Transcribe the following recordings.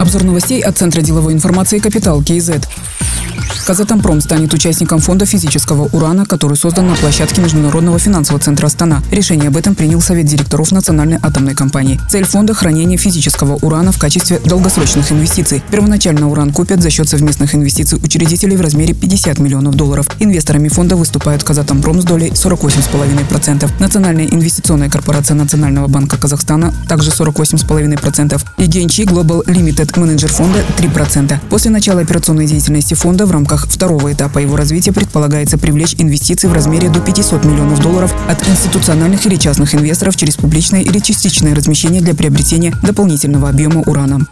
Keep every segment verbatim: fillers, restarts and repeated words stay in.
Обзор новостей от Центра деловой информации «Капитал КИЗ». Казатомпром станет участником фонда физического урана, который создан на площадке Международного финансового центра Астана. Решение об этом принял Совет директоров Национальной атомной компании. Цель фонда – хранение физического урана в качестве долгосрочных инвестиций. Первоначально уран купят за счет совместных инвестиций учредителей в размере пятьдесят миллионов долларов. Инвесторами фонда выступают Казатомпром с долей сорок восемь целых пять десятых процента, Национальная инвестиционная корпорация Национального банка Казахстана также сорок восемь целых пять десятых процента и Генчи Global Limited, менеджер фонда три процента. После начала операционной деятельности фонда в рамках второго этапа его развития предполагается привлечь инвестиции в размере до пятисот миллионов долларов от институциональных или частных инвесторов через публичное или частичное размещение для приобретения дополнительного объема урана.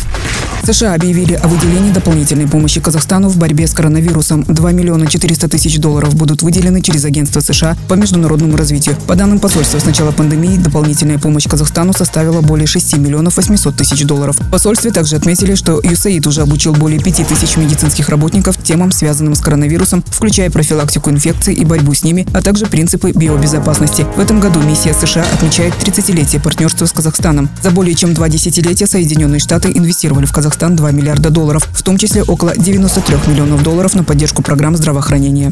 США объявили о выделении дополнительной помощи Казахстану в борьбе с коронавирусом. два миллиона четыреста тысяч долларов будут выделены через Агентство США по международному развитию. По данным посольства, с начала пандемии дополнительная помощь Казахстану составила более шести миллионов восьмисот тысяч долларов. В посольстве также отметили, что ю эс эй ай ди уже обучил более пяти тысяч медицинских работников темам, связанным с коронавирусом, включая профилактику инфекций и борьбу с ними, а также принципы биобезопасности. В этом году миссия США отмечает тридцатилетие партнерства с Казахстаном. За более чем два десятилетия Соединенные Штаты инвестировали в Казахстан два миллиарда долларов, в том числе около девяноста трёх миллионов долларов на поддержку программ здравоохранения.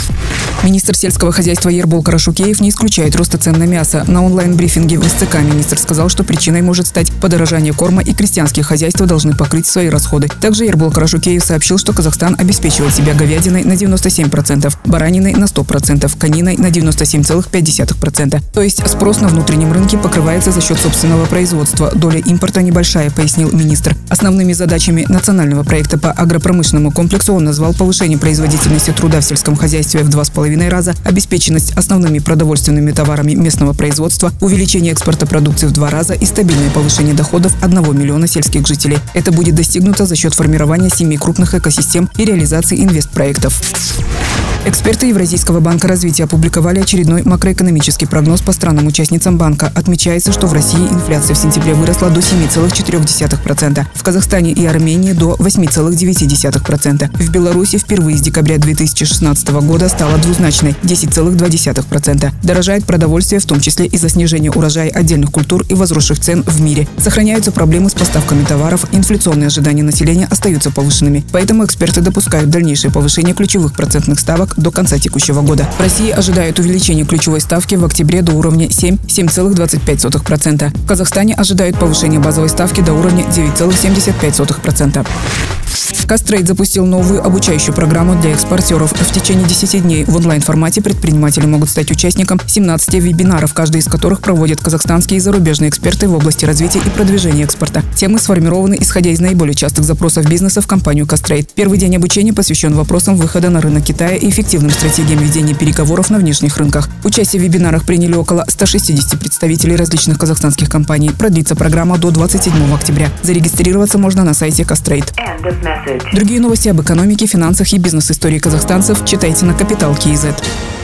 Министр сельского хозяйства Ербол Карашукеев не исключает роста цен на мясо. На онлайн-брифинге в эс цэ ка министр сказал, что причиной может стать подорожание корма, и крестьянские хозяйства должны покрыть свои расходы. Также Ербол Карашукеев сообщил, что Казахстан обеспечивает себя говядиной на девяносто семь процентов, бараниной на сто процентов, кониной на девяносто семь целых пять десятых процента. То есть спрос на внутреннем рынке покрывается за счет собственного производства. Доля импорта небольшая, пояснил министр. Основными задачами национального проекта по агропромышленному комплексу он назвал повышение производительности труда в сельском хозяйстве в два с половиной раза, обеспеченность основными продовольственными товарами местного производства, увеличение экспорта продукции в два раза и стабильное повышение доходов одного миллиона сельских жителей. Это будет достигнуто за счет формирования семи крупных экосистем и реализации инвестпроектов. Эксперты Евразийского банка развития опубликовали очередной макроэкономический прогноз по странам-участницам банка. Отмечается, что в России инфляция в сентябре выросла до семи целых четырёх десятых процента, в Казахстане и Армении до восьми целых девяти десятых процента. В Беларуси впервые с декабря две тысячи шестнадцатого года стала двузначной – десять целых два десятых процента. Дорожает продовольствие, в том числе из-за снижения урожая отдельных культур и возросших цен в мире. Сохраняются проблемы с поставками товаров, инфляционные ожидания населения остаются повышенными. Поэтому эксперты допускают дальнейшее повышение ключевых процентных ставок до конца текущего года. В России ожидают увеличения ключевой ставки в октябре до уровня семь — семь целых двадцать пять сотых процента. В Казахстане ожидают повышение базовой ставки до уровня девять целых семьдесят пять сотых процента. Кастрейд запустил новую обучающую программу для экспортеров. В течение десяти дней в онлайн-формате предприниматели могут стать участником семнадцати вебинаров, каждый из которых проводят казахстанские и зарубежные эксперты в области развития и продвижения экспорта. Темы сформированы исходя из наиболее частых запросов бизнеса в компанию Кастрейд. Первый день обучения посвящен вопросам выхода на рынок Китая и эффективным стратегиям ведения переговоров на внешних рынках. Участие в вебинарах приняли около ста шестидесяти представителей различных казахстанских компаний. Продлится программа до двадцать седьмого октября. Зарегистрироваться можно на сайте Кастрейд. Другие новости об экономике, финансах и бизнес-истории казахстанцев читайте на Капитал КИЗ.